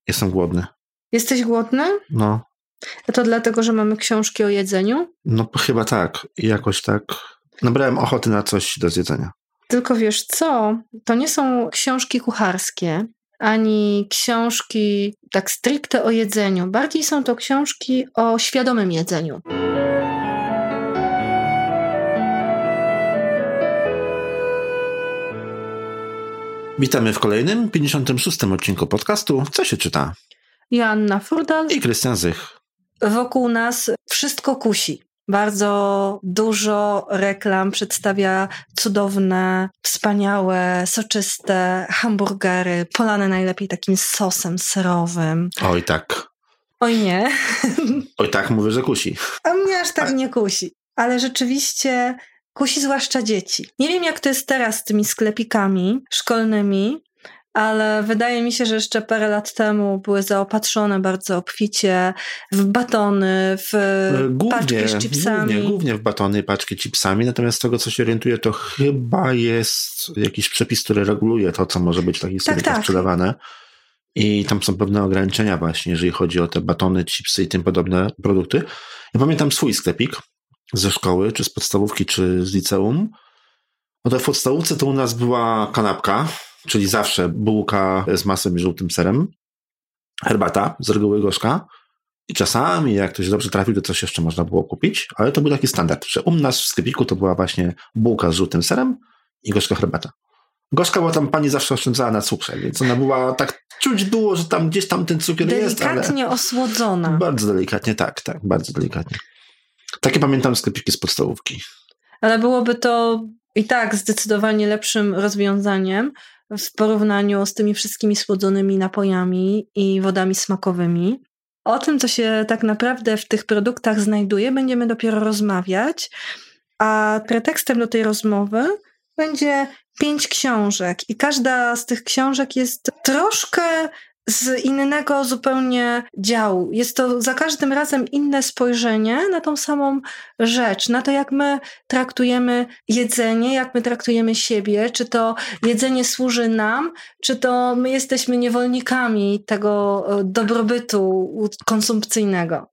Jestem głodny. Jesteś głodny? No. A to dlatego, że mamy książki o jedzeniu? No chyba tak. I jakoś tak nabrałem ochoty na coś do zjedzenia. Tylko wiesz co? To nie są książki kucharskie, ani książki tak stricte o jedzeniu. Bardziej są to książki o świadomym jedzeniu. Witamy w kolejnym, 56. odcinku podcastu Co się czyta? Joanna Furdal I Krystian Zych. Wokół nas wszystko kusi. Bardzo dużo reklam przedstawia cudowne, wspaniałe, soczyste hamburgery, polane najlepiej takim sosem serowym. Oj tak. Oj nie. Oj tak, mówię, że kusi. A mnie aż tak nie kusi. Ale rzeczywiście kusi zwłaszcza dzieci. Nie wiem, jak to jest teraz z tymi sklepikami szkolnymi, ale wydaje mi się, że jeszcze parę lat temu były zaopatrzone bardzo obficie w batony, w paczki z chipsami. Głównie w batony, paczki chipsami, natomiast z tego, co się orientuję, to chyba jest jakiś przepis, który reguluje to, co może być w takich sklepikach sprzedawane. I tam są pewne ograniczenia właśnie, jeżeli chodzi o te batony, chipsy i tym podobne produkty. Ja pamiętam swój sklepik ze szkoły, czy z podstawówki, czy z liceum. No to w podstawówce to u nas była kanapka, czyli zawsze bułka z masłem i żółtym serem, herbata, z reguły gorzka i czasami, jak ktoś dobrze trafił, to coś jeszcze można było kupić, ale to był taki standard, że u nas w sklepiku to była właśnie bułka z żółtym serem i gorzka herbata. Gorzka, bo tam pani zawsze oszczędzała na cukrze, więc ona była tak, czuć było, że tam gdzieś tam ten cukier jest, ale... Delikatnie osłodzona. Bardzo delikatnie, tak, bardzo delikatnie. Takie pamiętam sklepiki z podstawówki. Ale byłoby to i tak zdecydowanie lepszym rozwiązaniem w porównaniu z tymi wszystkimi słodzonymi napojami i wodami smakowymi. O tym, co się tak naprawdę w tych produktach znajduje, będziemy dopiero rozmawiać, a pretekstem do tej rozmowy będzie 5 książek i każda z tych książek jest troszkę z innego zupełnie działu. Jest to za każdym razem inne spojrzenie na tą samą rzecz, na to, jak my traktujemy jedzenie, jak my traktujemy siebie, czy to jedzenie służy nam, czy to my jesteśmy niewolnikami tego dobrobytu konsumpcyjnego.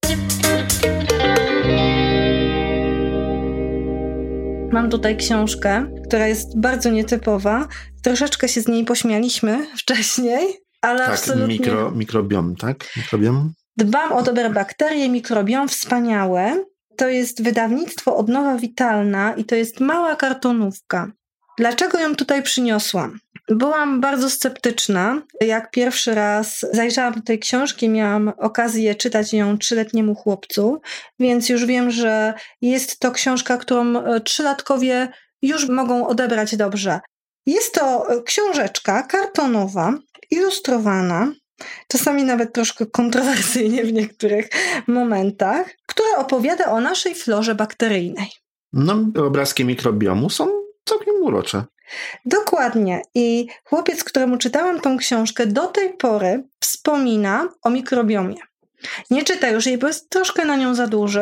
Mam tutaj książkę, która jest bardzo nietypowa. Troszeczkę się z niej pośmialiśmy wcześniej, ale tak, absolutnie... mikrobiom, tak? Mikrobiom? Dbam o dobre bakterie, mikrobiom wspaniałe. To jest wydawnictwo Odnowa Witalna i to jest mała kartonówka. Dlaczego ją tutaj przyniosłam? Byłam bardzo sceptyczna. Jak pierwszy raz zajrzałam do tej książki, miałam okazję czytać ją 3-letniemu chłopcu, więc już wiem, że jest to książka, którą 3-latkowie już mogą odebrać dobrze. Jest to książeczka kartonowa, ilustrowana, czasami nawet troszkę kontrowersyjnie w niektórych momentach, która opowiada o naszej florze bakteryjnej. No, obrazki mikrobiomu są całkiem urocze. Dokładnie. I chłopiec, któremu czytałam tą książkę, do tej pory wspomina o mikrobiomie. Nie czyta już jej, bo jest troszkę na nią za duży,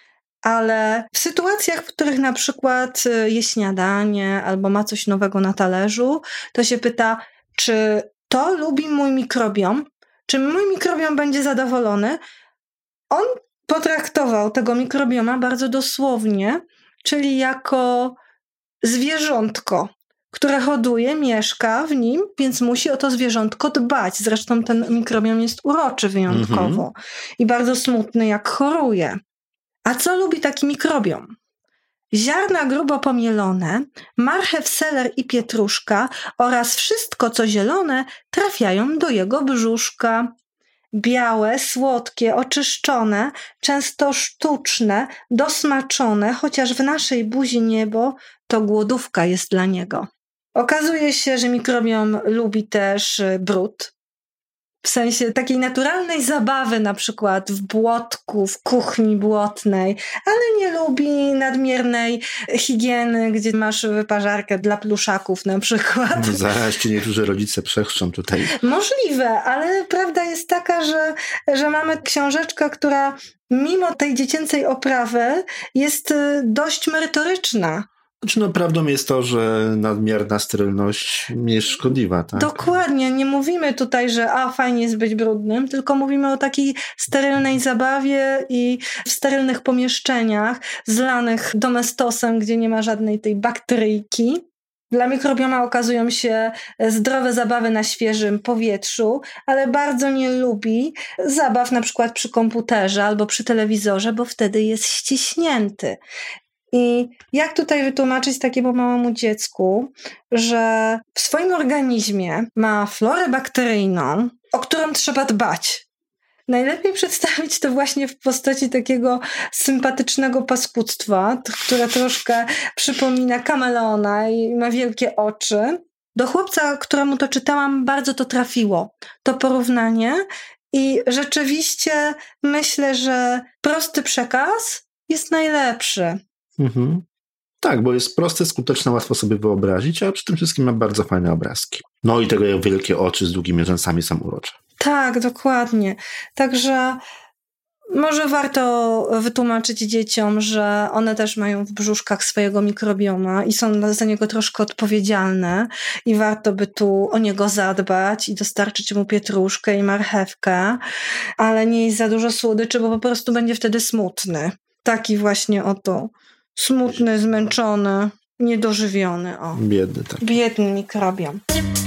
ale w sytuacjach, w których na przykład je śniadanie albo ma coś nowego na talerzu, to się pyta, czy to lubi mój mikrobiom? Czy mój mikrobiom będzie zadowolony? On potraktował tego mikrobioma bardzo dosłownie, czyli jako zwierzątko, które hoduje, mieszka w nim, więc musi o to zwierzątko dbać. Zresztą ten mikrobiom jest uroczy wyjątkowo i bardzo smutny, jak choruje. A co lubi taki mikrobiom? Ziarna grubo pomielone, marchew, seler i pietruszka oraz wszystko, co zielone, trafiają do jego brzuszka. Białe, słodkie, oczyszczone, często sztuczne, dosmaczone, chociaż w naszej buzi niebo to głodówka jest dla niego. Okazuje się, że mikrobiom lubi też brud. W sensie takiej naturalnej zabawy, na przykład w błotku, w kuchni błotnej, ale nie lubi nadmiernej higieny, gdzie masz wyparzarkę dla pluszaków na przykład. Zaraz ci niektórzy rodzice przechrzczą tutaj. Możliwe, ale prawda jest taka, że mamy książeczkę, która mimo tej dziecięcej oprawy jest dość merytoryczna. Znaczy, prawdą jest to, że nadmierna sterylność nie jest szkodliwa. Tak? Dokładnie. Nie mówimy tutaj, że fajnie jest być brudnym, tylko mówimy o takiej sterylnej zabawie i w sterylnych pomieszczeniach zlanych domestosem, gdzie nie ma żadnej tej bakteryjki. Dla mikrobioma okazują się zdrowe zabawy na świeżym powietrzu, ale bardzo nie lubi zabaw na przykład przy komputerze albo przy telewizorze, bo wtedy jest ściśnięty. I jak tutaj wytłumaczyć takiemu małemu dziecku, że w swoim organizmie ma florę bakteryjną, o którą trzeba dbać? Najlepiej przedstawić to właśnie w postaci takiego sympatycznego paskudztwa, które troszkę przypomina kameleona i ma wielkie oczy. Do chłopca, któremu to czytałam, bardzo to trafiło, to porównanie. I rzeczywiście myślę, że prosty przekaz jest najlepszy. Mhm. Tak, bo jest proste, skuteczne, łatwo sobie wyobrazić, a przy tym wszystkim ma bardzo fajne obrazki. No i tego wielkie oczy z długimi rzęsami są urocze. Tak, dokładnie. Także może warto wytłumaczyć dzieciom, że one też mają w brzuszkach swojego mikrobioma i są za niego troszkę odpowiedzialne i warto by tu o niego zadbać i dostarczyć mu pietruszkę i marchewkę, ale nie jeść za dużo słodyczy, bo po prostu będzie wtedy smutny. Taki właśnie oto smutny, zmęczony, niedożywiony. Biedny, tak. Biedny mikrobiom.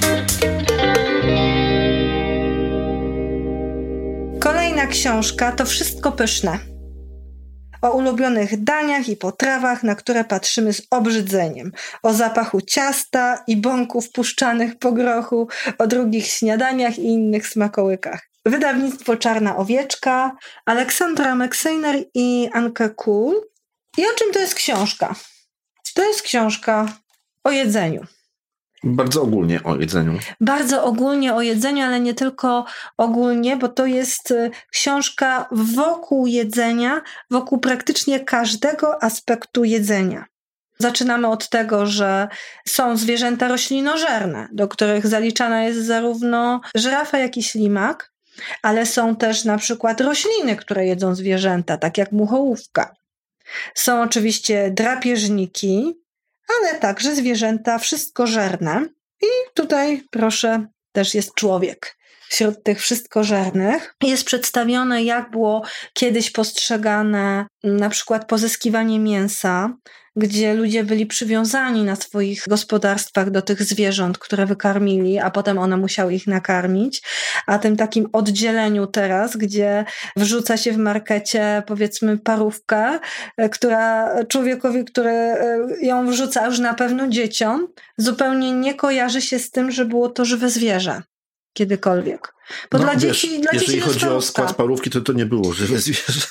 Kolejna książka to Wszystko pyszne. O ulubionych daniach i potrawach, na które patrzymy z obrzydzeniem. O zapachu ciasta i bąków puszczanych po grochu, o drugich śniadaniach i innych smakołykach. Wydawnictwo Czarna Owieczka, Aleksandra McSeiner i Anke Kuhl. I o czym to jest książka? To jest książka o jedzeniu. Bardzo ogólnie o jedzeniu. Bardzo ogólnie o jedzeniu, ale nie tylko ogólnie, bo to jest książka wokół jedzenia, wokół praktycznie każdego aspektu jedzenia. Zaczynamy od tego, że są zwierzęta roślinożerne, do których zaliczana jest zarówno żyrafa, jak i ślimak, ale są też na przykład rośliny, które jedzą zwierzęta, tak jak muchołówka. Są oczywiście drapieżniki, ale także zwierzęta wszystkożerne. I tutaj, proszę, też jest człowiek. Wśród tych wszystkożernych jest przedstawione, jak było kiedyś postrzegane na przykład pozyskiwanie mięsa, gdzie ludzie byli przywiązani na swoich gospodarstwach do tych zwierząt, które wykarmili, a potem one musiały ich nakarmić, a tym takim oddzieleniu teraz, gdzie wrzuca się w markecie, powiedzmy, parówkę, która człowiekowi, który ją wrzuca już na pewno dzieciom, zupełnie nie kojarzy się z tym, że było to żywe zwierzę. Kiedykolwiek. Bo dla dzieci, jeżeli chodzi o skład parówki, to nie było żywe zwierzę.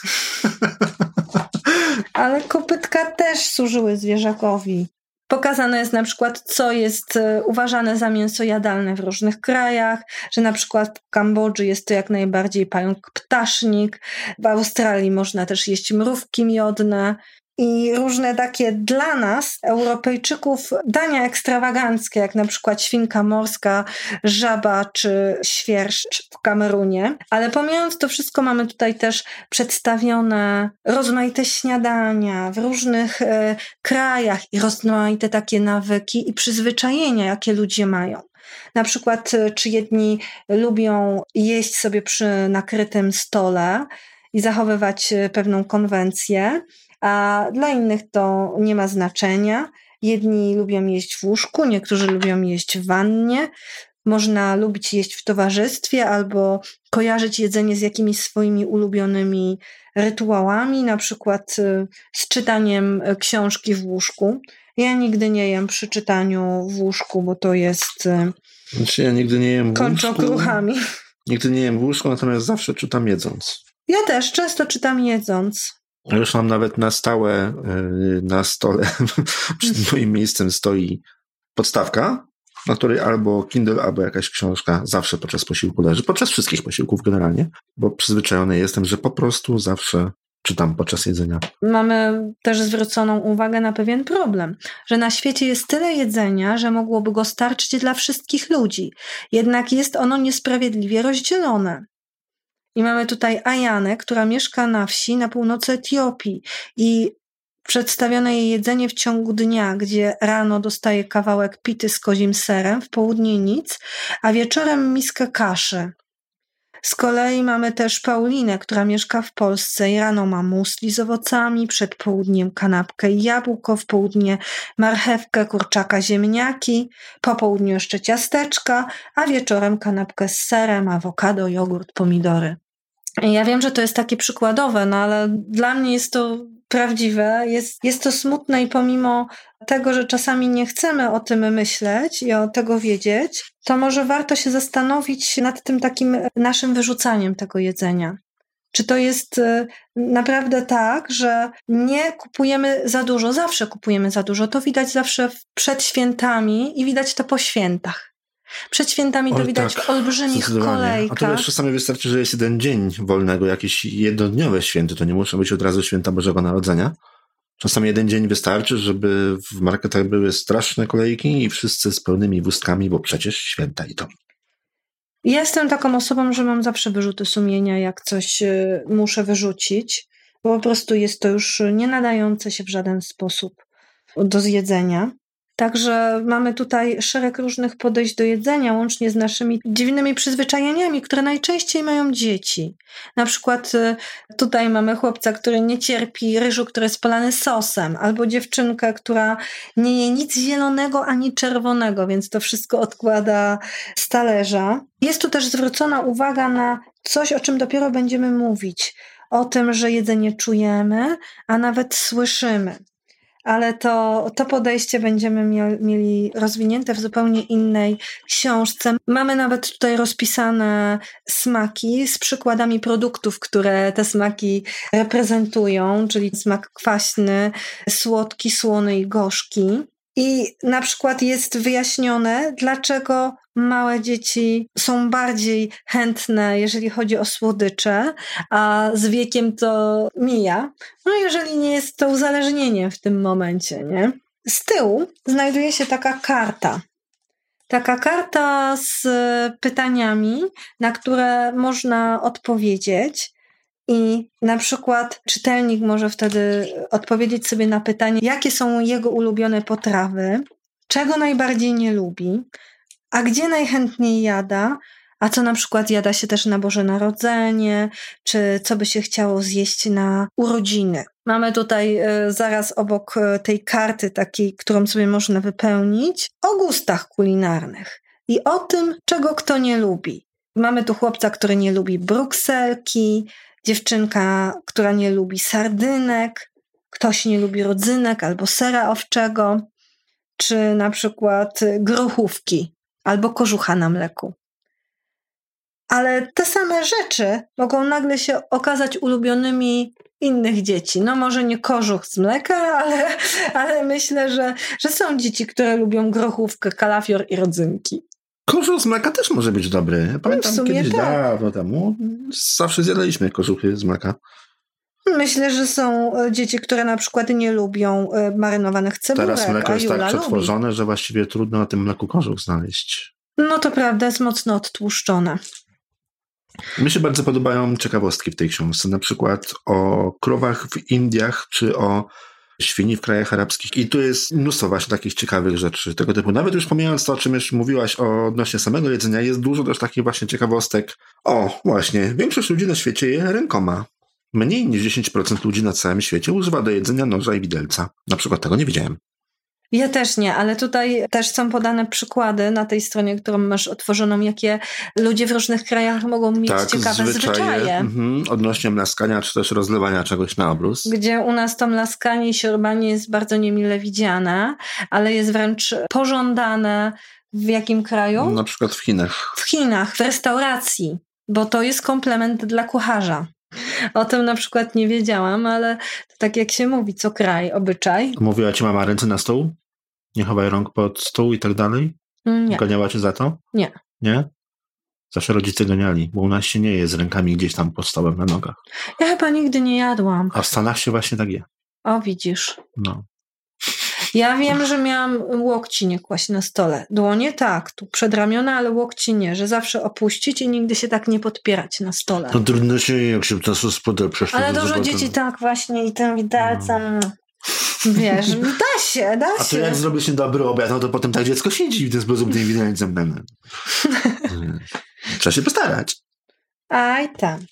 Ale kopytka też służyły zwierzakowi. Pokazane jest na przykład, co jest uważane za mięso jadalne w różnych krajach, że na przykład w Kambodży jest to jak najbardziej pająk ptasznik, w Australii można też jeść mrówki miodne i różne takie dla nas, Europejczyków, dania ekstrawaganckie, jak na przykład świnka morska, żaba czy świerszcz w Kamerunie. Ale pomijając to wszystko, mamy tutaj też przedstawione rozmaite śniadania w różnych krajach i rozmaite takie nawyki i przyzwyczajenia, jakie ludzie mają. Na przykład, czy jedni lubią jeść sobie przy nakrytym stole i zachowywać pewną konwencję, a dla innych to nie ma znaczenia. Jedni lubią jeść w łóżku, niektórzy lubią jeść w wannie. Można lubić jeść w towarzystwie albo kojarzyć jedzenie z jakimiś swoimi ulubionymi rytuałami, na przykład z czytaniem książki w łóżku. Ja nigdy nie jem przy czytaniu w łóżku, bo to jest ja nigdy nie jem kończokruchami. Nigdy nie jem w łóżku, natomiast zawsze czytam jedząc. Ja też często czytam jedząc. Już mam nawet na stałe na stole przed moim miejscem stoi podstawka, na której albo Kindle, albo jakaś książka zawsze podczas posiłku leży. Podczas wszystkich posiłków generalnie, bo przyzwyczajony jestem, że po prostu zawsze czytam podczas jedzenia. Mamy też zwróconą uwagę na pewien problem, że na świecie jest tyle jedzenia, że mogłoby go starczyć dla wszystkich ludzi. Jednak jest ono niesprawiedliwie rozdzielone. I mamy tutaj Ajanę, która mieszka na wsi na północy Etiopii i przedstawione jej jedzenie w ciągu dnia, gdzie rano dostaje kawałek pity z kozim serem, w południe nic, a wieczorem miskę kaszy. Z kolei mamy też Paulinę, która mieszka w Polsce i rano ma musli z owocami, przed południem kanapkę i jabłko, w południe marchewkę, kurczaka, ziemniaki, po południu jeszcze ciasteczka, a wieczorem kanapkę z serem, awokado, jogurt, pomidory. Ja wiem, że to jest takie przykładowe, no ale dla mnie jest to prawdziwe, jest to smutne i pomimo tego, że czasami nie chcemy o tym myśleć i o tego wiedzieć, to może warto się zastanowić nad tym takim naszym wyrzucaniem tego jedzenia. Czy to jest naprawdę tak, że nie kupujemy za dużo, zawsze kupujemy za dużo, to widać zawsze przed świętami i widać to po świętach. Przed świętami to widać w olbrzymich kolejkach. A to już czasami wystarczy, że jest jeden dzień wolnego, jakieś jednodniowe święty, to nie muszą być od razu święta Bożego Narodzenia. Czasami jeden dzień wystarczy, żeby w marketach były straszne kolejki i wszyscy z pełnymi wózkami, bo przecież święta idą. Jestem taką osobą, że mam zawsze wyrzuty sumienia, jak coś muszę wyrzucić, bo po prostu jest to już nie nadające się w żaden sposób do zjedzenia. Także mamy tutaj szereg różnych podejść do jedzenia, łącznie z naszymi dziwnymi przyzwyczajeniami, które najczęściej mają dzieci. Na przykład tutaj mamy chłopca, który nie cierpi ryżu, który jest polany sosem, albo dziewczynkę, która nie je nic zielonego ani czerwonego, więc to wszystko odkłada z talerza. Jest tu też zwrócona uwaga na coś, o czym dopiero będziemy mówić. O tym, że jedzenie czujemy, a nawet słyszymy. Ale to podejście będziemy mieli rozwinięte w zupełnie innej książce. Mamy nawet tutaj rozpisane smaki z przykładami produktów, które te smaki reprezentują, czyli smak kwaśny, słodki, słony i gorzki. I na przykład jest wyjaśnione, dlaczego małe dzieci są bardziej chętne, jeżeli chodzi o słodycze, a z wiekiem to mija. No jeżeli nie jest to uzależnienie w tym momencie, nie? Z tyłu znajduje się taka karta. Taka karta z pytaniami, na które można odpowiedzieć. I na przykład czytelnik może wtedy odpowiedzieć sobie na pytanie, jakie są jego ulubione potrawy, czego najbardziej nie lubi, a gdzie najchętniej jada, a co na przykład jada się też na Boże Narodzenie, czy co by się chciało zjeść na urodziny. Mamy tutaj zaraz obok tej karty takiej, którą sobie można wypełnić, o gustach kulinarnych i o tym, czego kto nie lubi. Mamy tu chłopca, który nie lubi brukselki, dziewczynka, która nie lubi sardynek, ktoś nie lubi rodzynek albo sera owczego, czy na przykład grochówki albo kożucha na mleku. Ale te same rzeczy mogą nagle się okazać ulubionymi innych dzieci. No może nie kożuch z mleka, ale myślę, że są dzieci, które lubią grochówkę, kalafior i rodzynki. Kożuch z mleka też może być dobry. Ja pamiętam kiedyś tak. Dawno temu zawsze zjadaliśmy kożuchy z mleka. Myślę, że są dzieci, które na przykład nie lubią marynowanych cebulek. Teraz mleko jest tak przetworzone, lubi. Że właściwie trudno na tym mleku kożuch znaleźć. No to prawda, jest mocno odtłuszczone. Mi się bardzo podobają ciekawostki w tej książce. Na przykład o krowach w Indiach, czy o świni w krajach arabskich. I tu jest mnóstwo właśnie takich ciekawych rzeczy tego typu. Nawet już pomijając to, o czym już mówiłaś odnośnie samego jedzenia, jest dużo też takich właśnie ciekawostek. O, właśnie, większość ludzi na świecie je rękoma. Mniej niż 10% ludzi na całym świecie używa do jedzenia noża i widelca. Na przykład tego nie wiedziałem. Ja też nie, ale tutaj też są podane przykłady na tej stronie, którą masz otworzoną, jakie ludzie w różnych krajach mogą mieć ciekawe zwyczaje. Odnośnie mlaskania, czy też rozlewania czegoś na obrus. Gdzie u nas to mlaskanie i siorbanie jest bardzo niemile widziane, ale jest wręcz pożądane w jakim kraju? Na przykład w Chinach. W Chinach, w restauracji, bo to jest komplement dla kucharza. O tym na przykład nie wiedziałam, ale to tak jak się mówi, co kraj, obyczaj. Mówiła ci mama ręce na stół? Nie chowaj rąk pod stół i tak dalej? Nie. Ganiała cię za to? Nie. Nie? Zawsze rodzice ganiali, bo u nas się nie je z rękami gdzieś tam pod stołem na nogach. Ja chyba nigdy nie jadłam. A w Stanach się właśnie tak je. O, widzisz. No. Ja wiem, że miałam łokci nie kłaść na stole. Dłonie tak, tu przedramiona, ale łokci nie, że zawsze opuścić i nigdy się tak nie podpierać na stole. No trudno się, jak się to spodem przeszło. Ale dużo dzieci tak właśnie i tym widelcem. Wiesz, da się. A to jak zrobisz niedobry obiad, no to potem tak dziecko siedzi w ten sposób tymi widelcem. Trzeba się postarać. Aj tam.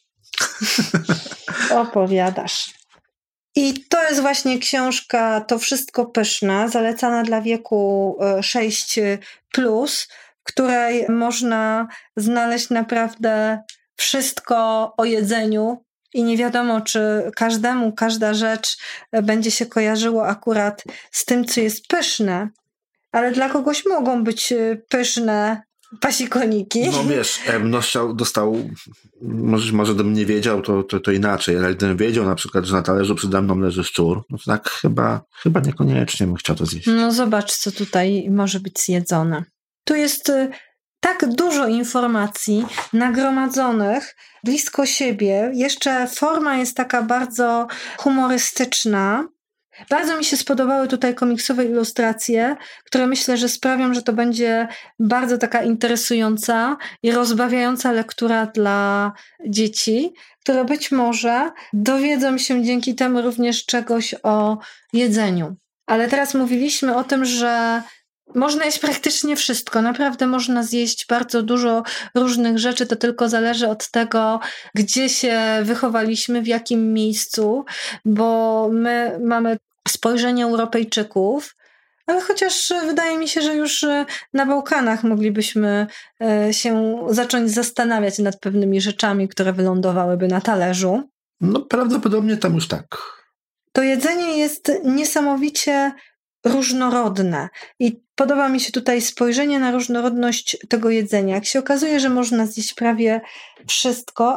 Opowiadasz. I to jest właśnie książka To wszystko pyszne, zalecana dla wieku 6+, w której można znaleźć naprawdę wszystko o jedzeniu i nie wiadomo, czy każdemu każda rzecz będzie się kojarzyło akurat z tym, co jest pyszne, ale dla kogoś mogą być pyszne pasikoniki. No wiesz, dostał, może gdybym nie wiedział, to inaczej, ale gdybym wiedział na przykład, że na talerzu przede mną leży szczur, no to tak chyba niekoniecznie bym chciał to zjeść. No zobacz, co tutaj może być zjedzone. Tu jest tak dużo informacji nagromadzonych blisko siebie. Jeszcze forma jest taka bardzo humorystyczna. Bardzo mi się spodobały tutaj komiksowe ilustracje, które myślę, że sprawią, że to będzie bardzo taka interesująca i rozbawiająca lektura dla dzieci, które być może dowiedzą się dzięki temu również czegoś o jedzeniu. Ale teraz mówiliśmy o tym, że można jeść praktycznie wszystko. Naprawdę można zjeść bardzo dużo różnych rzeczy. To tylko zależy od tego, gdzie się wychowaliśmy, w jakim miejscu, bo my mamy spojrzenie Europejczyków, ale chociaż wydaje mi się, że już na Bałkanach moglibyśmy się zacząć zastanawiać nad pewnymi rzeczami, które wylądowałyby na talerzu. No prawdopodobnie tam już tak. To jedzenie jest niesamowicie różnorodne i podoba mi się tutaj spojrzenie na różnorodność tego jedzenia. Jak się okazuje, że można zjeść prawie wszystko.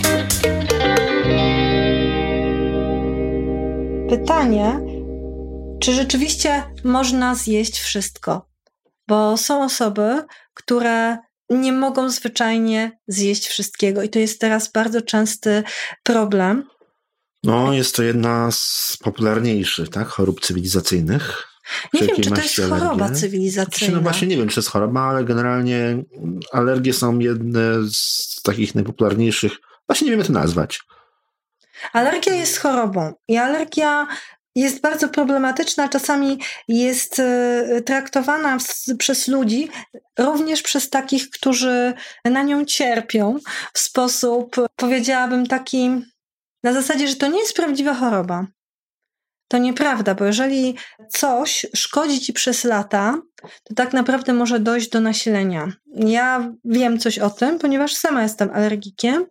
Pytanie, czy rzeczywiście można zjeść wszystko? Bo są osoby, które nie mogą zwyczajnie zjeść wszystkiego i to jest teraz bardzo częsty problem. No, jest to jedna z popularniejszych, tak, chorób cywilizacyjnych. Nie wiem, czy to jest choroba cywilizacyjna. No właśnie nie wiem, czy jest choroba, ale generalnie alergie są jedne z takich najpopularniejszych. Właśnie nie wiem, jak to nazwać. Alergia jest chorobą i alergia jest bardzo problematyczna, czasami jest traktowana przez ludzi, również przez takich, którzy na nią cierpią w sposób, powiedziałabym, taki na zasadzie, że to nie jest prawdziwa choroba. To nieprawda, bo jeżeli coś szkodzi ci przez lata, to tak naprawdę może dojść do nasilenia. Ja wiem coś o tym, ponieważ sama jestem alergikiem,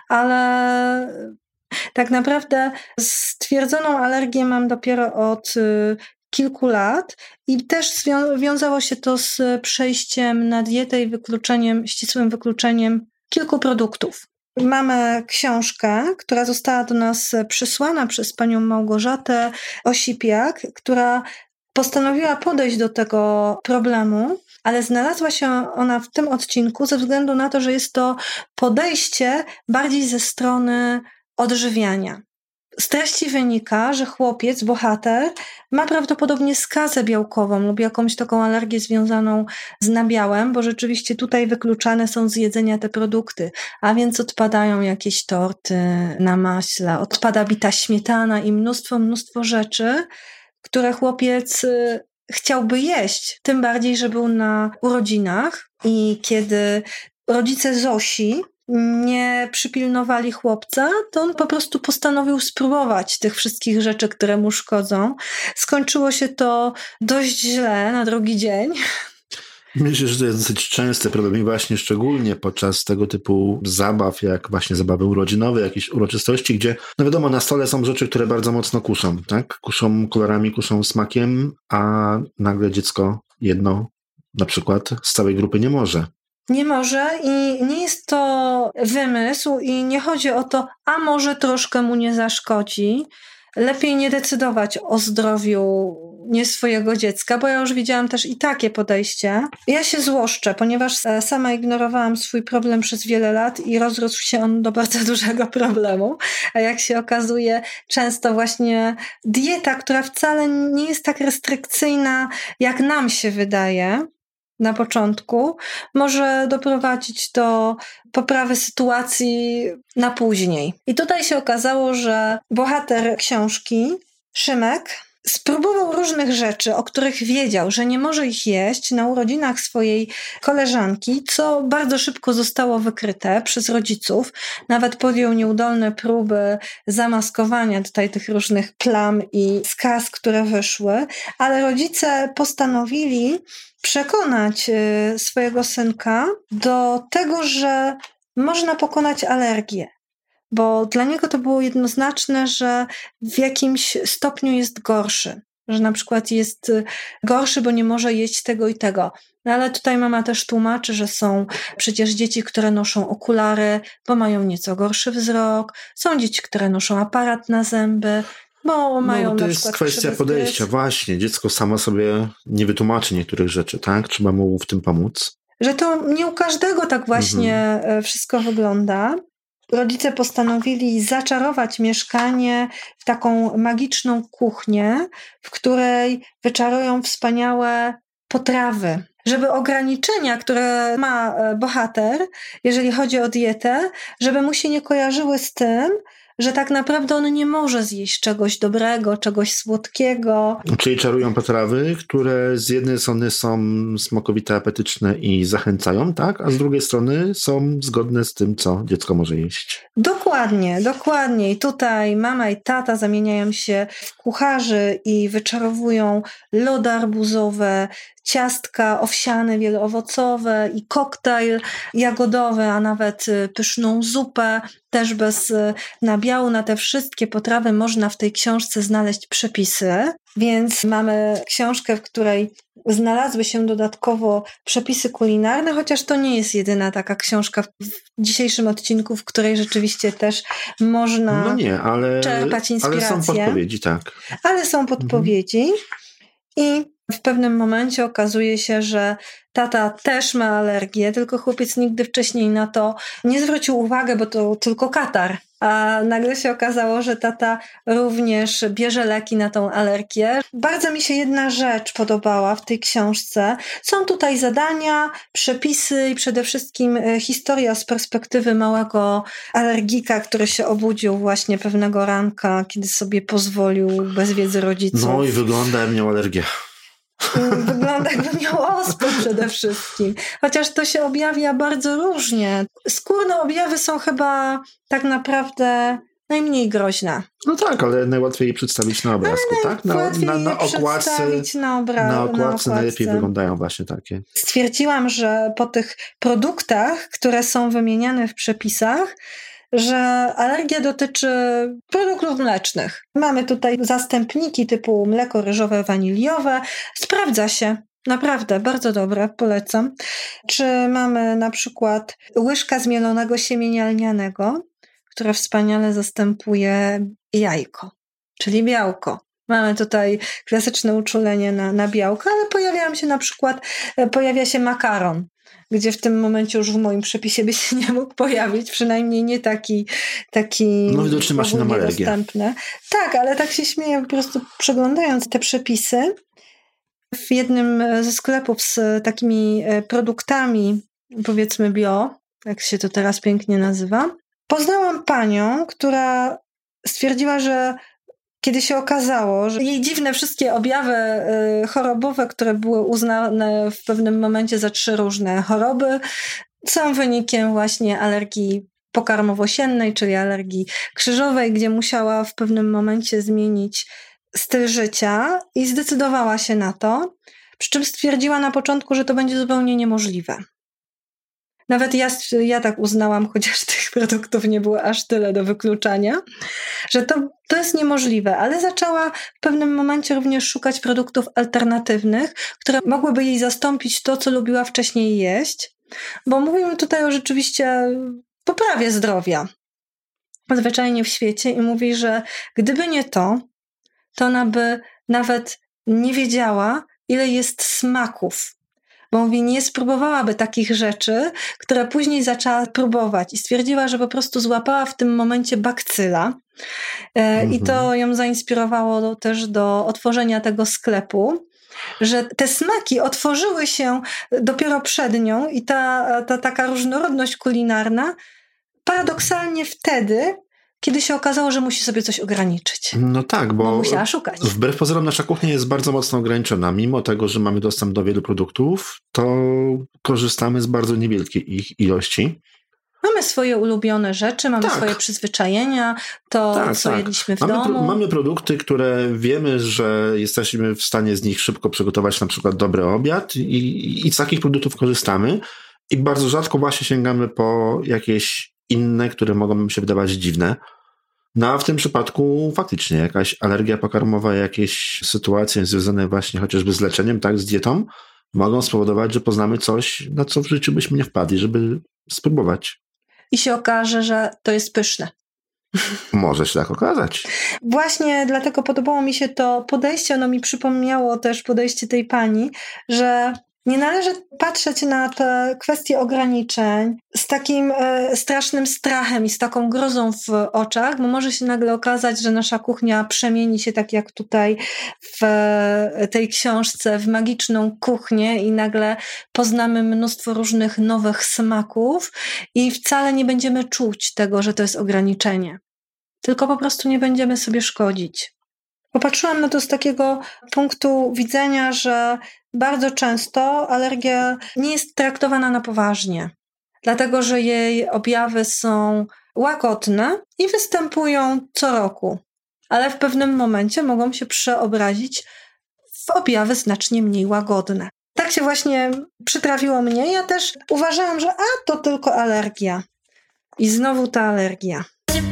ale tak naprawdę stwierdzoną alergię mam dopiero od kilku lat i też wiązało się to z przejściem na dietę i ścisłym wykluczeniem kilku produktów. Mamy książkę, która została do nas przysłana przez panią Małgorzatę Osipiak, która postanowiła podejść do tego problemu, ale znalazła się ona w tym odcinku ze względu na to, że jest to podejście bardziej ze strony odżywiania. Z treści wynika, że chłopiec, bohater, ma prawdopodobnie skazę białkową lub jakąś taką alergię związaną z nabiałem, bo rzeczywiście tutaj wykluczane są z jedzenia te produkty, a więc odpadają jakieś torty na maśle, odpada bita śmietana i mnóstwo rzeczy, które chłopiec chciałby jeść, tym bardziej, że był na urodzinach i kiedy rodzice Zosi nie przypilnowali chłopca, to on po prostu postanowił spróbować tych wszystkich rzeczy, które mu szkodzą. Skończyło się to dość źle na drugi dzień. Myślę, że to jest dosyć częsty problem i właśnie szczególnie podczas tego typu zabaw, jak właśnie zabawy urodzinowe, jakieś uroczystości, gdzie, no wiadomo, na stole są rzeczy, które bardzo mocno kuszą, tak? Kuszą kolorami, kuszą smakiem, a nagle dziecko jedno na przykład z całej grupy nie może. Nie może i nie jest to wymysł i nie chodzi o to, a może troszkę mu nie zaszkodzi. Lepiej nie decydować o zdrowiu nie swojego dziecka, bo ja już widziałam też i takie podejście. Ja się złoszczę, ponieważ sama ignorowałam swój problem przez wiele lat i rozrósł się on do bardzo dużego problemu. A jak się okazuje, często właśnie dieta, która wcale nie jest tak restrykcyjna, jak nam się wydaje na początku, może doprowadzić do poprawy sytuacji na później. I tutaj się okazało, że bohater książki, Szymek, spróbował różnych rzeczy, o których wiedział, że nie może ich jeść na urodzinach swojej koleżanki, co bardzo szybko zostało wykryte przez rodziców. Nawet podjął nieudolne próby zamaskowania tutaj tych różnych plam i skaz, które wyszły, ale rodzice postanowili przekonać swojego synka do tego, że można pokonać alergię. Bo dla niego to było jednoznaczne, że w jakimś stopniu jest gorszy. Że na przykład jest gorszy, bo nie może jeść tego i tego. No ale tutaj mama też tłumaczy, że są przecież dzieci, które noszą okulary, bo mają nieco gorszy wzrok. Są dzieci, które noszą aparat na zęby, bo mają to na jest przykład kwestia podejścia, właśnie. Dziecko samo sobie nie wytłumaczy niektórych rzeczy, tak? Trzeba mu w tym pomóc. Że to nie u każdego tak właśnie wszystko wygląda. Rodzice postanowili zaczarować mieszkanie w taką magiczną kuchnię, w której wyczarują wspaniałe potrawy. Żeby ograniczenia, które ma bohater, jeżeli chodzi o dietę, żeby mu się nie kojarzyły z tym, że tak naprawdę on nie może zjeść czegoś dobrego, czegoś słodkiego. Czyli czarują potrawy, które z jednej strony są smakowite, apetyczne i zachęcają, tak? A z drugiej strony są zgodne z tym, co dziecko może jeść. Dokładnie. I tutaj mama i tata zamieniają się w kucharzy i wyczarowują lody arbuzowe, ciastka owsiane, wieloowocowe i koktajl jagodowy, a nawet pyszną zupę, też bez nabiału. Na te wszystkie potrawy można w tej książce znaleźć przepisy, więc mamy książkę, w której znalazły się dodatkowo przepisy kulinarne, chociaż to nie jest jedyna taka książka w dzisiejszym odcinku, w której rzeczywiście też można czerpać inspirację. Ale są podpowiedzi, tak. Ale są podpowiedzi i w pewnym momencie okazuje się, że tata też ma alergię, tylko chłopiec nigdy wcześniej na to nie zwrócił uwagi, bo to tylko katar. A nagle się okazało, że tata również bierze leki na tą alergię. Bardzo mi się jedna rzecz podobała w tej książce. Są tutaj zadania, przepisy i przede wszystkim historia z perspektywy małego alergika, który się obudził właśnie pewnego ranka, kiedy sobie pozwolił bez wiedzy rodziców. No i wygląda, jak miał alergię. Wygląda, jakby miał ospę przede wszystkim. Chociaż to się objawia bardzo różnie. Skórne objawy są chyba tak naprawdę najmniej groźne. No tak, ale najłatwiej je przedstawić na obrazku, tak? Na okładce najlepiej wyglądają właśnie takie. Stwierdziłam, że po tych produktach, które są wymieniane w przepisach, że alergia dotyczy produktów mlecznych. Mamy tutaj zastępniki typu mleko ryżowe, waniliowe. Sprawdza się. Naprawdę, bardzo dobre, polecam. Czy mamy na przykład łyżka zmielonego siemienia lnianego, które wspaniale zastępuje jajko, czyli białko. Mamy tutaj klasyczne uczulenie na białko, ale pojawia się makaron, gdzie w tym momencie już w moim przepisie by się nie mógł pojawić, przynajmniej nie taki no widocznie masz na alergię. Dostępny. Tak, ale tak się śmieję po prostu przeglądając te przepisy. W jednym ze sklepów z takimi produktami, powiedzmy bio, jak się to teraz pięknie nazywa, poznałam panią, która stwierdziła, że kiedy się okazało, że jej dziwne wszystkie objawy chorobowe, które były uznane w pewnym momencie za 3 różne choroby, są wynikiem właśnie alergii pokarmowo-siennej, czyli alergii krzyżowej, gdzie musiała w pewnym momencie zmienić styl życia i zdecydowała się na to, przy czym stwierdziła na początku, że to będzie zupełnie niemożliwe. Nawet ja tak uznałam, chociaż tych produktów nie było aż tyle do wykluczania, że to jest niemożliwe, ale zaczęła w pewnym momencie również szukać produktów alternatywnych, które mogłyby jej zastąpić to, co lubiła wcześniej jeść, bo mówimy tutaj o rzeczywiście poprawie zdrowia zwyczajnie w świecie i mówi, że gdyby nie to ona by nawet nie wiedziała, ile jest smaków. Bo mówi, nie spróbowałaby takich rzeczy, które później zaczęła próbować i stwierdziła, że po prostu złapała w tym momencie bakcyla. I to ją zainspirowało też do otworzenia tego sklepu, że te smaki otworzyły się dopiero przed nią i ta taka różnorodność kulinarna paradoksalnie wtedy, kiedy się okazało, że musi sobie coś ograniczyć. No tak, bo musiała szukać. Wbrew pozorom nasza kuchnia jest bardzo mocno ograniczona. Mimo tego, że mamy dostęp do wielu produktów, to korzystamy z bardzo niewielkiej ich ilości. Mamy swoje ulubione rzeczy, mamy swoje przyzwyczajenia, co jedliśmy w domu. Mamy produkty, które wiemy, że jesteśmy w stanie z nich szybko przygotować na przykład dobry obiad i z takich produktów korzystamy i bardzo rzadko właśnie sięgamy po jakieś inne, które mogą nam się wydawać dziwne. No a w tym przypadku faktycznie jakaś alergia pokarmowa, jakieś sytuacje związane właśnie chociażby z leczeniem, tak, z dietą, mogą spowodować, że poznamy coś, na co w życiu byśmy nie wpadli, żeby spróbować. I się okaże, że to jest pyszne. Może się tak okazać. Właśnie dlatego podobało mi się to podejście, ono mi przypomniało też podejście tej pani, że nie należy patrzeć na te kwestie ograniczeń z takim strasznym strachem i z taką grozą w oczach, bo może się nagle okazać, że nasza kuchnia przemieni się tak jak tutaj w tej książce, w magiczną kuchnię i nagle poznamy mnóstwo różnych nowych smaków i wcale nie będziemy czuć tego, że to jest ograniczenie. Tylko po prostu nie będziemy sobie szkodzić. Popatrzyłam na to z takiego punktu widzenia, że bardzo często alergia nie jest traktowana na poważnie, dlatego że jej objawy są łagodne i występują co roku, ale w pewnym momencie mogą się przeobrazić w objawy znacznie mniej łagodne. Tak się właśnie przytrafiło mnie. Ja też uważałam, że to tylko alergia. I znowu ta alergia.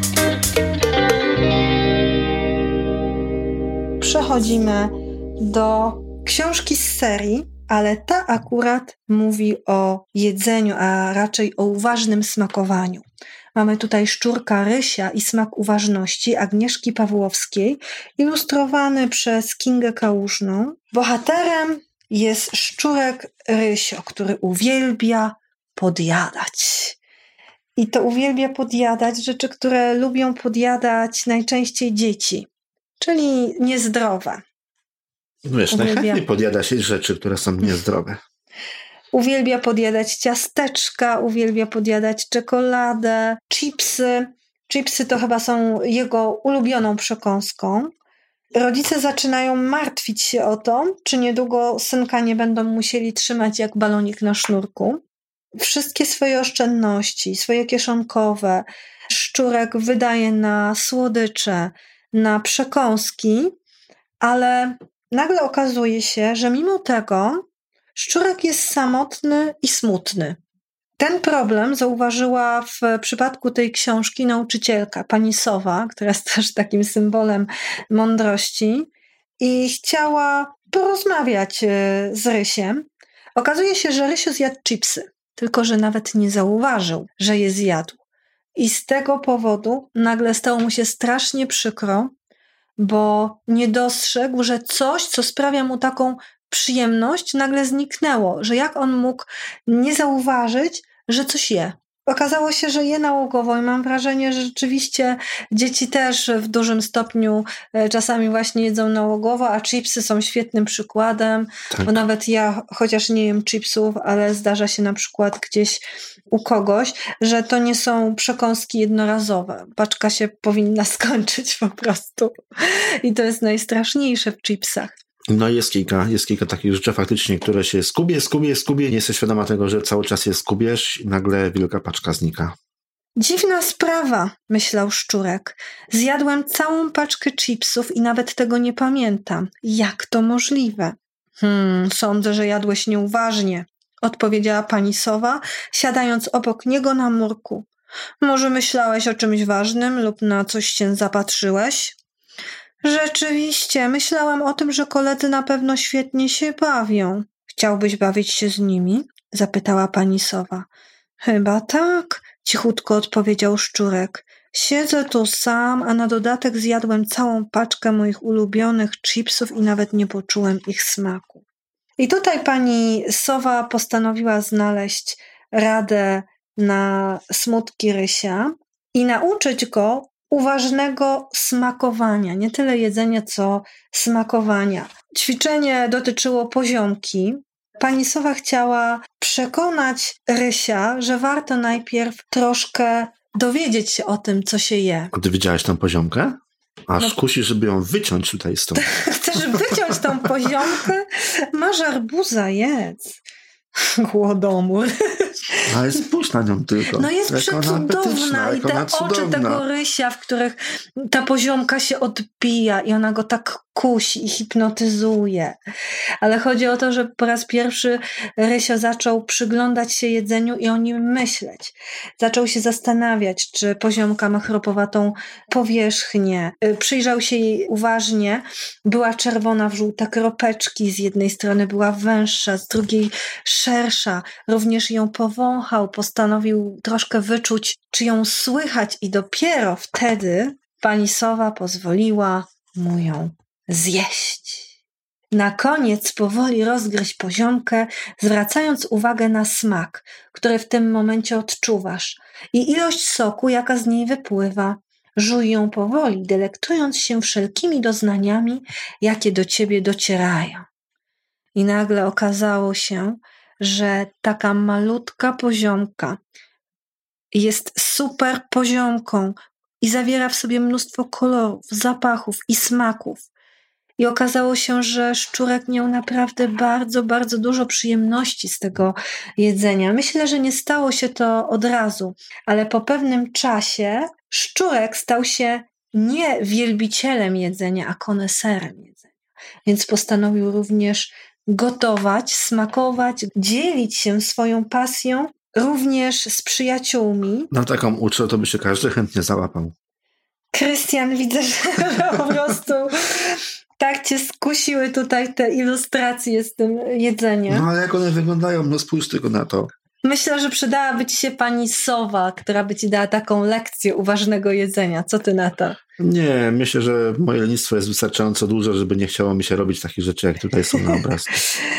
Przechodzimy do książki z serii, ale ta akurat mówi o jedzeniu, a raczej o uważnym smakowaniu. Mamy tutaj Szczurka Rysia i smak uważności Agnieszki Pawłowskiej, ilustrowany przez Kingę Kałużną. Bohaterem jest szczurek Rysio, który uwielbia podjadać. I to uwielbia podjadać rzeczy, które lubią podjadać najczęściej dzieci, czyli niezdrowe. Wiesz, najchętniej podjada się rzeczy, które są niezdrowe. Uwielbia podjadać ciasteczka, uwielbia podjadać czekoladę, chipsy. Chipsy to chyba są jego ulubioną przekąską. Rodzice zaczynają martwić się o to, czy niedługo synka nie będą musieli trzymać jak balonik na sznurku. Wszystkie swoje oszczędności, swoje kieszonkowe, Szczurek wydaje na słodycze, na przekąski, ale nagle okazuje się, że mimo tego Szczurek jest samotny i smutny. Ten problem zauważyła w przypadku tej książki nauczycielka, pani Sowa, która jest też takim symbolem mądrości i chciała porozmawiać z Rysiem. Okazuje się, że Rysio zjadł chipsy, tylko że nawet nie zauważył, że je zjadł. I z tego powodu nagle stało mu się strasznie przykro, bo nie dostrzegł, że coś, co sprawia mu taką przyjemność, nagle zniknęło, że jak on mógł nie zauważyć, że coś je. Okazało się, że je nałogowo i mam wrażenie, że rzeczywiście dzieci też w dużym stopniu czasami właśnie jedzą nałogowo, a chipsy są świetnym przykładem, tak. Bo nawet ja, chociaż nie jem chipsów, ale zdarza się na przykład gdzieś u kogoś, że to nie są przekąski jednorazowe. Paczka się powinna skończyć po prostu. I to jest najstraszniejsze w chipsach. No jest kilka takich rzeczy faktycznie, które się skubie, nie jesteś świadoma tego, że cały czas je skubiesz i nagle wielka paczka znika. Dziwna sprawa, myślał Szczurek. Zjadłem całą paczkę chipsów i nawet tego nie pamiętam. Jak to możliwe? Sądzę, że jadłeś nieuważnie, odpowiedziała pani Sowa, siadając obok niego na murku. Może myślałeś o czymś ważnym lub na coś się zapatrzyłeś? Rzeczywiście, myślałem o tym, że koledzy na pewno świetnie się bawią. Chciałbyś bawić się z nimi? Zapytała pani Sowa. Chyba tak, cichutko odpowiedział Szczurek. Siedzę tu sam, a na dodatek zjadłem całą paczkę moich ulubionych chipsów i nawet nie poczułem ich smaku. I tutaj pani Sowa postanowiła znaleźć radę na smutki Rysia i nauczyć go uważnego smakowania, nie tyle jedzenia, co smakowania. Ćwiczenie dotyczyło poziomki. Pani Sowa chciała przekonać Rysia, że warto najpierw troszkę dowiedzieć się o tym, co się je. A ty widziałaś tą poziomkę? Aż kusi, żeby ją wyciąć tutaj z tą. Chcesz wyciąć tą poziomkę? Masz arbuza, jedz. Głodomór. Ale spójrz na nią tylko. No jest przecudowna i te oczy tego rysia, w których ta poziomka się odbija i ona go tak kusi i hipnotyzuje. Ale chodzi o to, że po raz pierwszy Rysio zaczął przyglądać się jedzeniu i o nim myśleć. Zaczął się zastanawiać, czy poziomka ma chropowatą powierzchnię. Przyjrzał się jej uważnie. Była czerwona w żółte kropeczki. Z jednej strony była węższa, z drugiej szersza. Również ją powąchał. Postanowił troszkę wyczuć, czy ją słychać i dopiero wtedy pani sowa pozwoliła mu ją zjeść. Na koniec powoli rozgryź poziomkę, zwracając uwagę na smak, który w tym momencie odczuwasz i ilość soku, jaka z niej wypływa. Żuj ją powoli, delektując się wszelkimi doznaniami, jakie do ciebie docierają. I nagle okazało się, że taka malutka poziomka jest super poziomką i zawiera w sobie mnóstwo kolorów, zapachów i smaków. I okazało się, że szczurek miał naprawdę bardzo, bardzo dużo przyjemności z tego jedzenia. Myślę, że nie stało się to od razu, ale po pewnym czasie szczurek stał się nie wielbicielem jedzenia, a koneserem jedzenia. Więc postanowił również gotować, smakować, dzielić się swoją pasją również z przyjaciółmi. Na taką ucztę to by się każdy chętnie załapał. Krystian, widzę, że po prostu tak cię skusiły tutaj te ilustracje z tym jedzeniem. No ale jak one wyglądają, no spójrz tylko na to. Myślę, że przydałaby ci się pani sowa, która by ci dała taką lekcję uważnego jedzenia. Co ty na to? Nie, myślę, że moje lenistwo jest wystarczająco duże, żeby nie chciało mi się robić takich rzeczy, jak tutaj są na obrazku.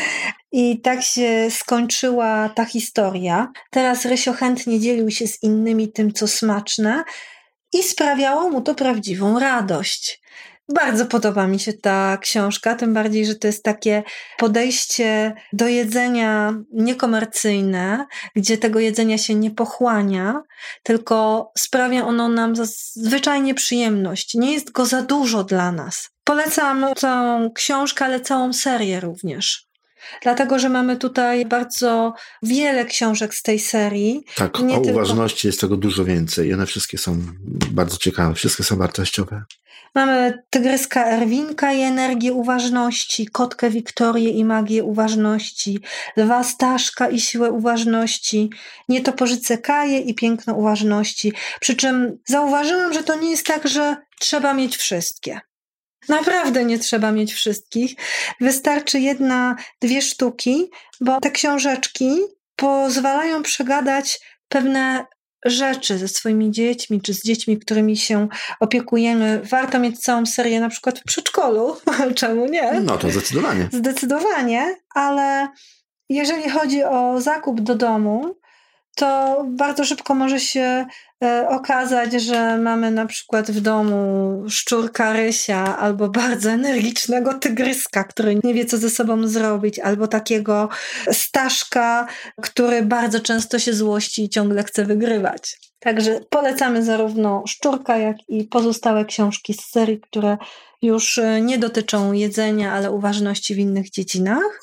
I tak się skończyła ta historia. Teraz Rysio chętnie dzielił się z innymi tym, co smaczne i sprawiało mu to prawdziwą radość. Bardzo podoba mi się ta książka, tym bardziej, że to jest takie podejście do jedzenia niekomercyjne, gdzie tego jedzenia się nie pochłania, tylko sprawia ono nam zwyczajnie przyjemność. Nie jest go za dużo dla nas. Polecam całą książkę, ale całą serię również. Dlatego, że mamy tutaj bardzo wiele książek z tej serii. Tak, o uważności jest tego dużo więcej i one wszystkie są bardzo ciekawe, wszystkie są wartościowe. Mamy tygryska Erwinka i energię uważności, kotkę Wiktorię i magię uważności, lwa Staszka i siłę uważności, nietoporzycę Kaję i piękno uważności. Przy czym zauważyłam, że to nie jest tak, że trzeba mieć wszystkie. Naprawdę nie trzeba mieć wszystkich. Wystarczy 1-2 sztuki, bo te książeczki pozwalają przegadać pewne rzeczy ze swoimi dziećmi, czy z dziećmi, którymi się opiekujemy. Warto mieć całą serię na przykład w przedszkolu. Czemu nie? No to zdecydowanie. Zdecydowanie, ale jeżeli chodzi o zakup do domu, to bardzo szybko może się okazać, że mamy na przykład w domu szczurka Rysia albo bardzo energicznego tygryska, który nie wie, co ze sobą zrobić, albo takiego Staszka, który bardzo często się złości i ciągle chce wygrywać. Także polecamy zarówno Szczurka, jak i pozostałe książki z serii, które już nie dotyczą jedzenia, ale uważności w innych dziedzinach.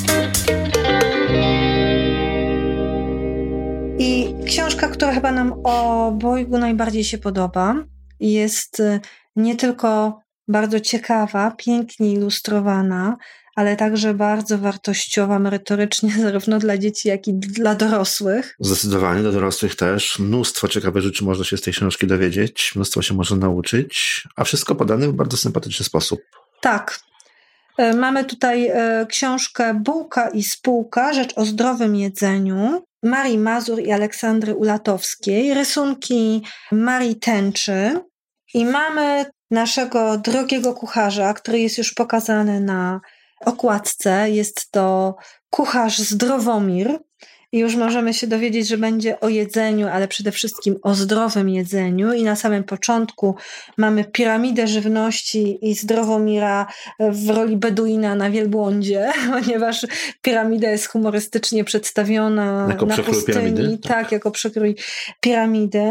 I książka, która chyba nam obojgu najbardziej się podoba, jest nie tylko bardzo ciekawa, pięknie ilustrowana, ale także bardzo wartościowa merytorycznie, zarówno dla dzieci, jak i dla dorosłych. Zdecydowanie, dla dorosłych też. Mnóstwo ciekawych rzeczy można się z tej książki dowiedzieć, mnóstwo się można nauczyć, a wszystko podane w bardzo sympatyczny sposób. Tak. Mamy tutaj książkę Bułka i spółka, rzecz o zdrowym jedzeniu, Marii Mazur i Aleksandry Ulatowskiej, rysunki Marii Tęczy i mamy naszego drogiego kucharza, który jest już pokazany na okładce. Jest to kucharz Zdrowomir i już możemy się dowiedzieć, że będzie o jedzeniu, ale przede wszystkim o zdrowym jedzeniu i na samym początku mamy piramidę żywności i Zdrowomira w roli Beduina na wielbłądzie, ponieważ piramida jest humorystycznie przedstawiona jako na pustyni, piramidy, tak, jako przekrój piramidy.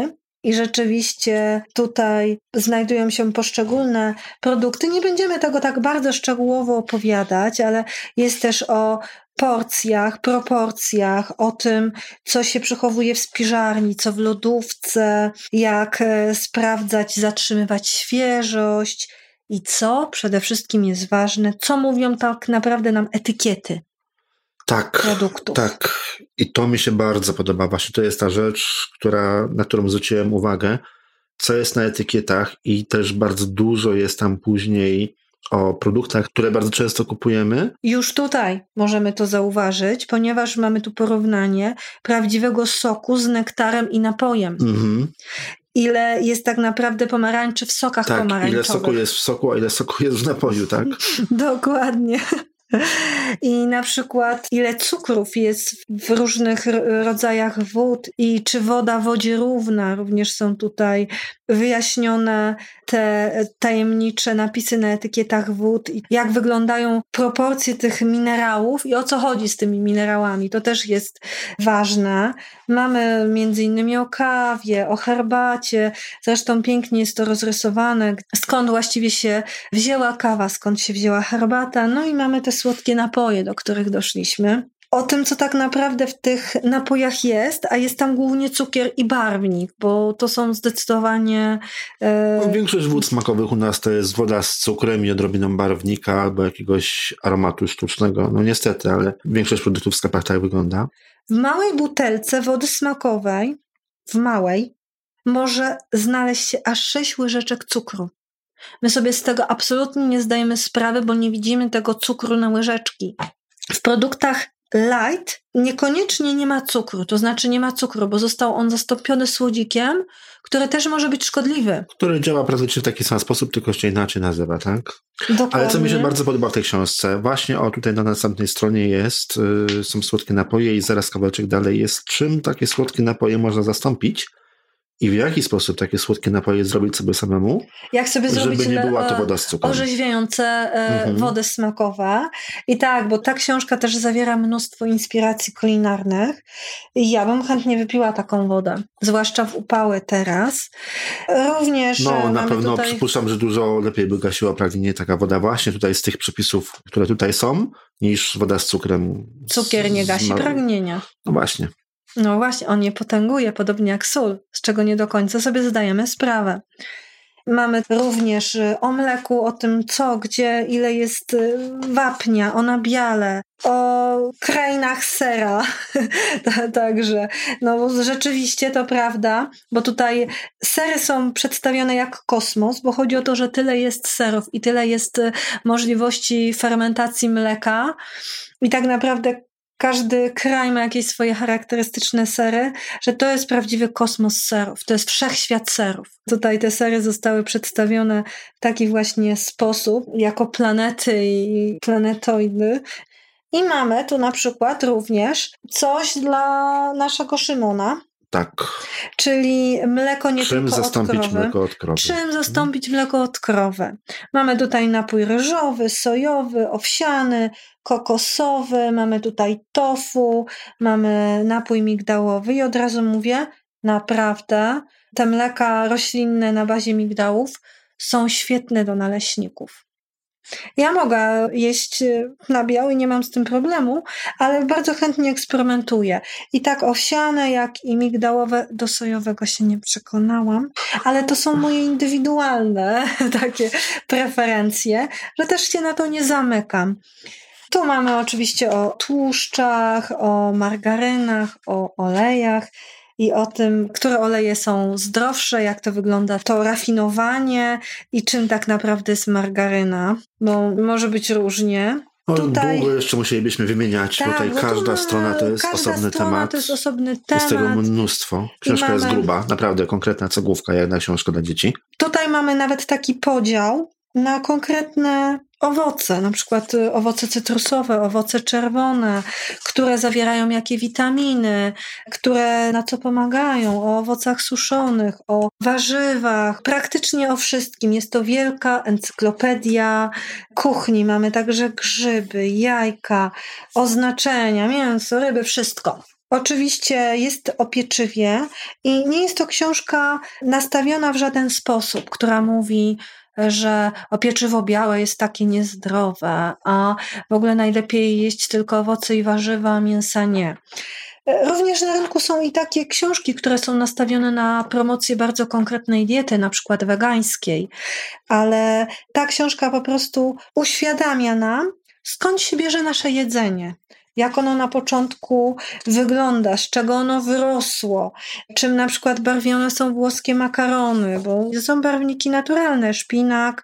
i rzeczywiście tutaj znajdują się poszczególne produkty. Nie będziemy tego tak bardzo szczegółowo opowiadać, ale jest też o porcjach, proporcjach, o tym, co się przechowuje w spiżarni, co w lodówce, jak sprawdzać, zatrzymywać świeżość i co przede wszystkim jest ważne, co mówią tak naprawdę nam etykiety produktów. Tak. I to mi się bardzo podoba. Właśnie to jest ta rzecz, na którą zwróciłem uwagę, co jest na etykietach i też bardzo dużo jest tam później o produktach, które bardzo często kupujemy. Już tutaj możemy to zauważyć, ponieważ mamy tu porównanie prawdziwego soku z nektarem i napojem. Mhm. Ile jest tak naprawdę pomarańczy w sokach pomarańczowych. Ile soku jest w soku, a ile soku jest w napoju, tak? Dokładnie. I na przykład ile cukrów jest w różnych rodzajach wód i czy woda wodzie równa. Również są tutaj wyjaśnione te tajemnicze napisy na etykietach wód i jak wyglądają proporcje tych minerałów i o co chodzi z tymi minerałami. To też jest ważne. Mamy między innymi o kawie, o herbacie. Zresztą pięknie jest to rozrysowane. Skąd właściwie się wzięła kawa, skąd się wzięła herbata. No i mamy te słodkie napoje, do których doszliśmy. O tym, co tak naprawdę w tych napojach jest, a jest tam głównie cukier i barwnik, bo to są zdecydowanie... Większość wód smakowych u nas to jest woda z cukrem i odrobiną barwnika albo jakiegoś aromatu sztucznego. No niestety, ale większość produktów w sklepach tak wygląda. W małej butelce wody smakowej, może znaleźć się aż 6 łyżeczek cukru. My sobie z tego absolutnie nie zdajemy sprawy, bo nie widzimy tego cukru na łyżeczki. W produktach light niekoniecznie nie ma cukru, to znaczy nie ma cukru, bo został on zastąpiony słodzikiem, który też może być szkodliwy. Który działa praktycznie w taki sam sposób, tylko się inaczej nazywa, tak? Dokładnie. Ale co mi się bardzo podoba w tej książce, właśnie tutaj na następnej stronie są słodkie napoje i zaraz kawałeczek dalej jest, czym takie słodkie napoje można zastąpić i w jaki sposób takie słodkie napoje zrobić sobie samemu, jak sobie zrobić, żeby nie była to woda z cukrem. Orzeźwiające wody smakowe. I tak, bo ta książka też zawiera mnóstwo inspiracji kulinarnych i ja bym chętnie wypiła taką wodę, zwłaszcza w upały teraz. Również na pewno przypuszczam, że dużo lepiej by gasiła pragnienie taka woda właśnie tutaj z tych przepisów, które tutaj są, niż woda z cukrem. Cukier nie gasi pragnienia. No właśnie. No właśnie, on je potęguje, podobnie jak sól, z czego nie do końca sobie zdajemy sprawę. Mamy również o mleku, o tym co, gdzie, ile jest wapnia, o nabiale, o krainach sera. Także, no bo rzeczywiście to prawda, bo tutaj sery są przedstawione jak kosmos, bo chodzi o to, że tyle jest serów i tyle jest możliwości fermentacji mleka i tak naprawdę każdy kraj ma jakieś swoje charakterystyczne sery, że to jest prawdziwy kosmos serów, to jest wszechświat serów. Tutaj te sery zostały przedstawione w taki właśnie sposób, jako planety i planetoidy. I mamy tu na przykład również coś dla naszego Szymona. Tak. Czyli mleko nie Czym tylko zastąpić od krowy. Mleko od krowy? Czym zastąpić mleko od krowy? Mamy tutaj napój ryżowy, sojowy, owsiany, kokosowy, mamy tutaj tofu, mamy napój migdałowy i od razu mówię, naprawdę te mleka roślinne na bazie migdałów są świetne do naleśników. Ja mogę jeść nabiał i nie mam z tym problemu, ale bardzo chętnie eksperymentuję. I tak owsiane, jak i migdałowe, do sojowego się nie przekonałam, ale to są moje indywidualne takie preferencje, że też się na to nie zamykam. Tu mamy oczywiście o tłuszczach, o margarynach, o olejach i o tym, które oleje są zdrowsze, jak to wygląda to rafinowanie i czym tak naprawdę jest margaryna, bo może być różnie. Tutaj, długo jeszcze musielibyśmy wymieniać, tak, tutaj każda strona to jest osobny temat. To jest osobny temat. Jest tego mnóstwo. Książka jest gruba, naprawdę konkretna cegłówka, jak na książkę dla dzieci. Tutaj mamy nawet taki podział na konkretne owoce, na przykład owoce cytrusowe, owoce czerwone, które zawierają jakie witaminy, które na co pomagają, o owocach suszonych, o warzywach, praktycznie o wszystkim. Jest to wielka encyklopedia kuchni. Mamy także grzyby, jajka, oznaczenia, mięso, ryby, wszystko. Oczywiście jest o pieczywie i nie jest to książka nastawiona w żaden sposób, która mówi, że pieczywo białe jest takie niezdrowe, a w ogóle najlepiej jeść tylko owoce i warzywa, a mięsa nie. Również na rynku są i takie książki, które są nastawione na promocję bardzo konkretnej diety, na przykład wegańskiej, ale ta książka po prostu uświadamia nam, skąd się bierze nasze jedzenie. Jak ono na początku wygląda, z czego ono wyrosło, czym na przykład barwione są włoskie makarony, bo są barwniki naturalne, szpinak,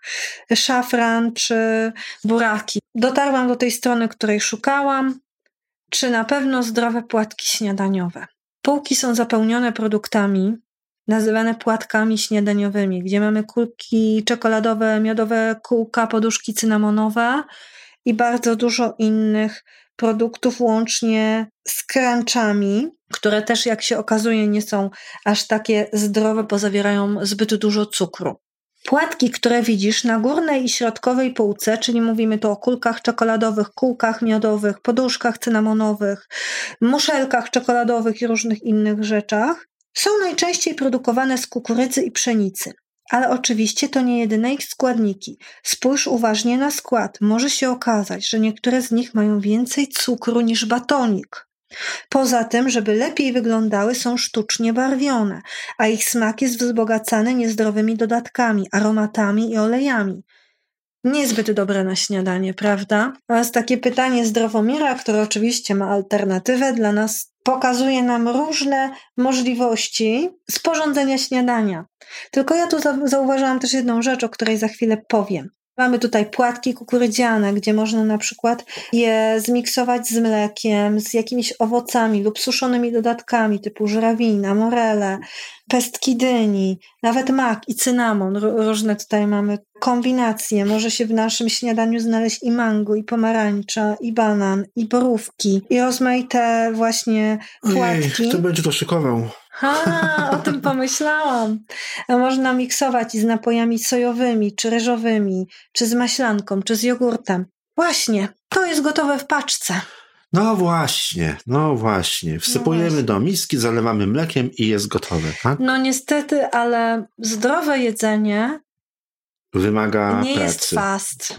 szafran czy buraki. Dotarłam do tej strony, której szukałam. Czy na pewno zdrowe płatki śniadaniowe? Półki są zapełnione produktami nazywane płatkami śniadaniowymi, gdzie mamy kulki czekoladowe, miodowe kółka, poduszki cynamonowe i bardzo dużo innych produktów, łącznie z crunchami, które też, jak się okazuje, nie są aż takie zdrowe, bo zawierają zbyt dużo cukru. Płatki, które widzisz na górnej i środkowej półce, czyli mówimy tu o kulkach czekoladowych, kółkach miodowych, poduszkach cynamonowych, muszelkach czekoladowych i różnych innych rzeczach, są najczęściej produkowane z kukurydzy i pszenicy. Ale oczywiście to nie jedyne ich składniki. Spójrz uważnie na skład. Może się okazać, że niektóre z nich mają więcej cukru niż batonik. Poza tym, żeby lepiej wyglądały, są sztucznie barwione, a ich smak jest wzbogacany niezdrowymi dodatkami, aromatami i olejami. Niezbyt dobre na śniadanie, prawda? Oraz takie pytanie Zdrowomira, który oczywiście ma alternatywę dla nas, pokazuje nam różne możliwości sporządzenia śniadania. Tylko ja tu zauważyłam też jedną rzecz, o której za chwilę powiem. Mamy tutaj płatki kukurydziane, gdzie można na przykład je zmiksować z mlekiem, z jakimiś owocami lub suszonymi dodatkami typu żurawina, morele, pestki dyni, nawet mak i cynamon. Różne tutaj mamy kombinacje. Może się w naszym śniadaniu znaleźć i mango, i pomarańcza, i banan, i borówki, i rozmaite właśnie płatki. Kto będzie to szykował? O tym pomyślałam. Można miksować i z napojami sojowymi, czy ryżowymi, czy z maślanką, czy z jogurtem. Właśnie, to jest gotowe w paczce. No właśnie. Wsypujemy do miski, zalewamy mlekiem i jest gotowe, tak? No niestety, ale zdrowe jedzenie wymaga nie pracy. Jest fast.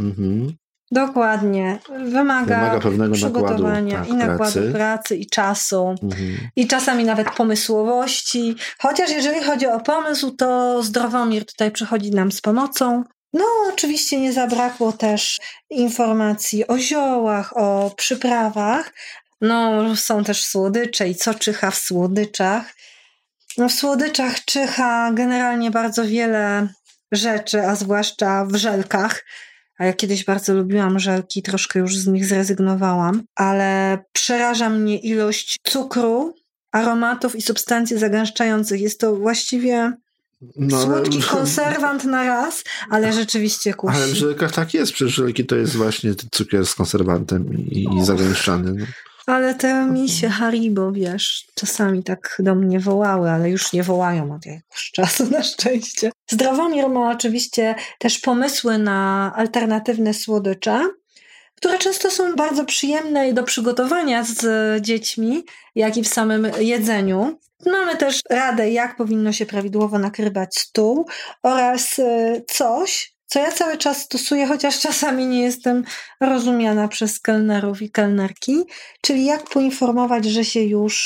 Dokładnie. Wymaga pewnego przygotowania nakładu pracy i czasu. I czasami nawet pomysłowości. Chociaż jeżeli chodzi o pomysł, to Zdrowomir tutaj przychodzi nam z pomocą. No, oczywiście nie zabrakło też informacji o ziołach, o przyprawach. No, są też słodycze i co czyha w słodyczach. No, w słodyczach czyha generalnie bardzo wiele rzeczy, a zwłaszcza w żelkach. A ja kiedyś bardzo lubiłam żelki, troszkę już z nich zrezygnowałam, ale przeraża mnie ilość cukru, aromatów i substancji zagęszczających. Jest to właściwie słodki konserwant na raz, ale rzeczywiście kusi. Ale w żelkach tak jest, przecież żelki to jest właśnie cukier z konserwantem i zagęszczany. No. Ale te misie Haribo, wiesz, czasami tak do mnie wołały, ale już nie wołają od jakiegoś czasu, na szczęście. Zdrowomir ma oczywiście też pomysły na alternatywne słodycze, które często są bardzo przyjemne do przygotowania z dziećmi, jak i w samym jedzeniu. Mamy też radę, jak powinno się prawidłowo nakrywać stół oraz coś, co ja cały czas stosuję, chociaż czasami nie jestem rozumiana przez kelnerów i kelnerki, czyli jak poinformować, że się już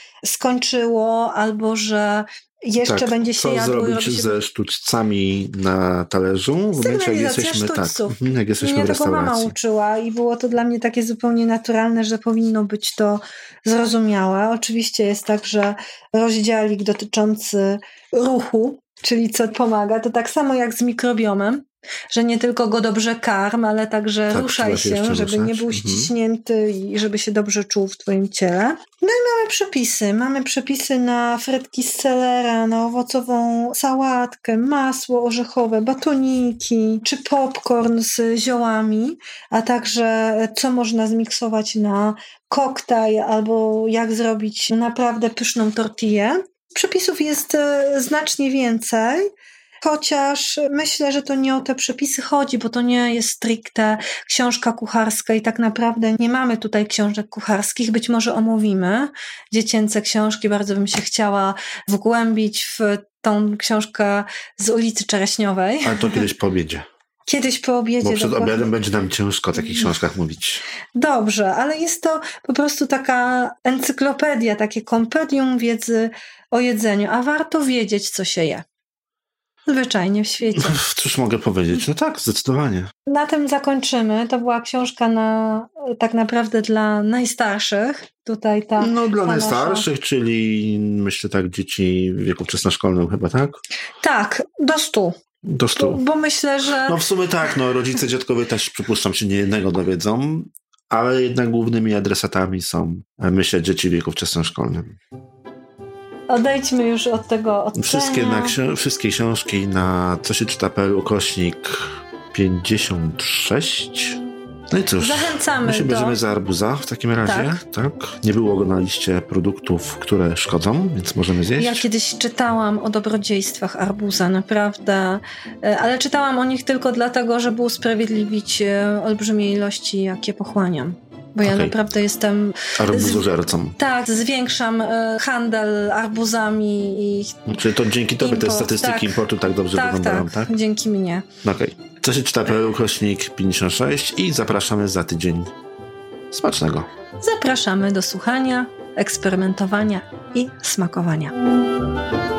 skończyło albo że jeszcze będzie się jadło. Co zrobić ze sztućcami na talerzu? W momencie, jak jesteśmy, jak jesteśmy w restauracji. Mnie tego mama uczyła i było to dla mnie takie zupełnie naturalne, że powinno być to zrozumiałe. Oczywiście jest także rozdziałik dotyczący ruchu, czyli co pomaga. To tak samo jak z mikrobiomem, że nie tylko go dobrze karm, ale także ruszaj się, żeby nie był ściśnięty i żeby się dobrze czuł w twoim ciele. No i mamy przepisy. Mamy przepisy na frytki z selera, na owocową sałatkę, masło orzechowe, batoniki, czy popcorn z ziołami, a także co można zmiksować na koktajl albo jak zrobić naprawdę pyszną tortillę. Przepisów jest znacznie więcej, chociaż myślę, że to nie o te przepisy chodzi, bo to nie jest stricte książka kucharska i tak naprawdę nie mamy tutaj książek kucharskich. Być może omówimy dziecięce książki. Bardzo bym się chciała wgłębić w tą książkę z ulicy Czereśniowej. Ale to kiedyś po obiedzie. Kiedyś po obiedzie. Bo przed obiadem będzie nam ciężko o takich książkach mówić. Dobrze, ale jest to po prostu taka encyklopedia, takie kompendium wiedzy o jedzeniu, a warto wiedzieć, co się je. Zwyczajnie w świecie. Cóż mogę powiedzieć? No tak, zdecydowanie. Na tym zakończymy. To była książka tak naprawdę dla najstarszych. Tutaj dla najstarszych, czyli myślę tak dzieci w wieku wczesnoszkolnym chyba, tak? Tak, do 100. Do 100. Bo myślę, że... No w sumie tak, rodzice, dziadkowie też przypuszczam się nie jednego dowiedzą, ale jednak głównymi adresatami są, myślę, dzieci w wieku wczesnoszkolnym. Odejdźmy już od tego odcenia. Wszystkie książki na cosiczyta.pl/56. No i cóż, zachęcamy my się bierzemy za arbuza w takim razie. Tak. Nie było go na liście produktów, które szkodzą, więc możemy zjeść. Ja kiedyś czytałam o dobrodziejstwach arbuza, naprawdę, ale czytałam o nich tylko dlatego, żeby usprawiedliwić olbrzymie ilości, jakie pochłaniam. Bo ja naprawdę jestem... arbuzożercą. Tak, zwiększam handel arbuzami i... Czyli to dzięki tobie te statystyki importu tak dobrze wyglądają, tak? Dzięki mnie. Okej. cosiczyta.pl/56 i zapraszamy za tydzień. Smacznego. Zapraszamy do słuchania, eksperymentowania i smakowania.